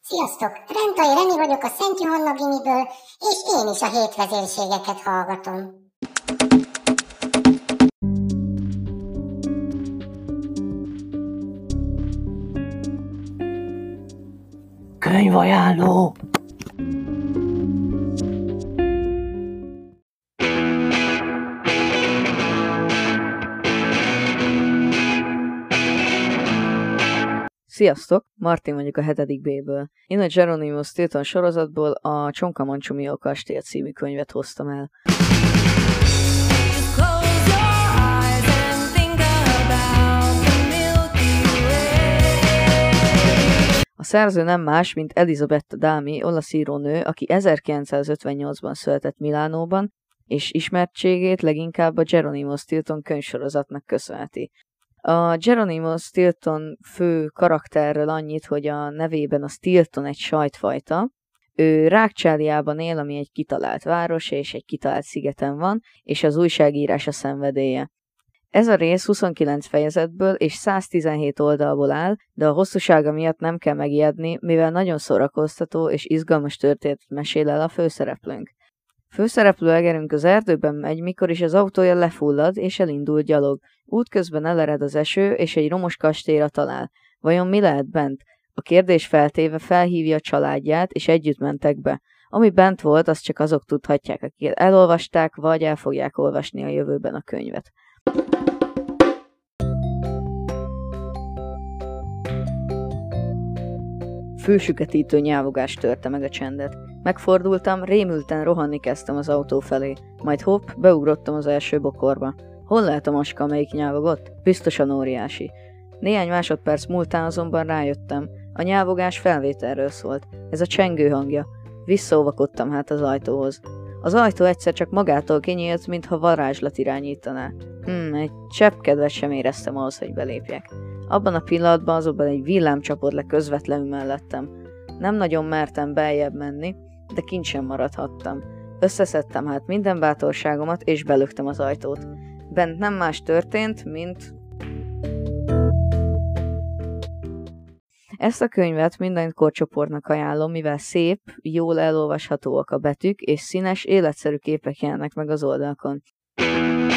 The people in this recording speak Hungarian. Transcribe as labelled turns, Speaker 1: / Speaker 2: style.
Speaker 1: Sziasztok! Rentai Reni vagyok a Szent Johanna Gimiből, és én is a hétvezérségeket hallgatom.
Speaker 2: Könyvajánló!
Speaker 3: Sziasztok! Martin vagyok a 7. B-ből. Én a Geronimo Stilton sorozatból a Csonka Mancsumio kastély című könyvet hoztam el. A szerző nem más, mint Elisabetta Dami, olasz írónő, aki 1958-ban született Milánóban, és ismertségét leginkább a Geronimo Stilton könyvsorozatnak köszönheti. A Geronimo Stilton fő karakterről annyit, hogy a nevében a Stilton egy sajtfajta. Ő Rákcsáliában él, ami egy kitalált város, és egy kitalált szigeten van, és az újságírás a szenvedélye. Ez a rész 29 fejezetből és 117 oldalból áll, de a hosszúsága miatt nem kell megijedni, mivel nagyon szórakoztató és izgalmas történetet mesél el a főszereplőnk. Főszereplő egerünk az erdőben megy, mikor is az autója lefullad és elindul gyalog. Útközben elered az eső, és egy romos kastélyra talál. Vajon mi lehet bent? A kérdés feltéve felhívja a családját, és együtt mentek be. Ami bent volt, azt csak azok tudhatják, akik elolvasták, vagy el fogják olvasni a jövőben a könyvet. Fülsüketítő nyávogás törte meg a csendet. Megfordultam, rémülten rohanni kezdtem az autó felé. Majd hopp, beugrottam az első bokorba. Hol lehet a macska, amelyik nyávogott? Biztosan óriási. Néhány másodperc múltán azonban rájöttem. A nyávogás felvételről szólt. Ez a csengő hangja. Visszaolvakodtam hát az ajtóhoz. Az ajtó egyszer csak magától kinyílt, mintha varázslat irányítaná. Egy csepp kedvet sem éreztem ahhoz, hogy belépjek. Abban a pillanatban azonban egy villám csapott le közvetlenül mellettem. Nem nagyon mertem beljebb menni, de kint sem maradhattam. Összeszedtem hát minden bátorságomat, és belöktem az ajtót. Bent nem más történt, mint... Ezt a könyvet minden korcsoportnak ajánlom, mivel szép, jól elolvashatóak a betűk, és színes, életszerű képek jelennek meg az oldalakon.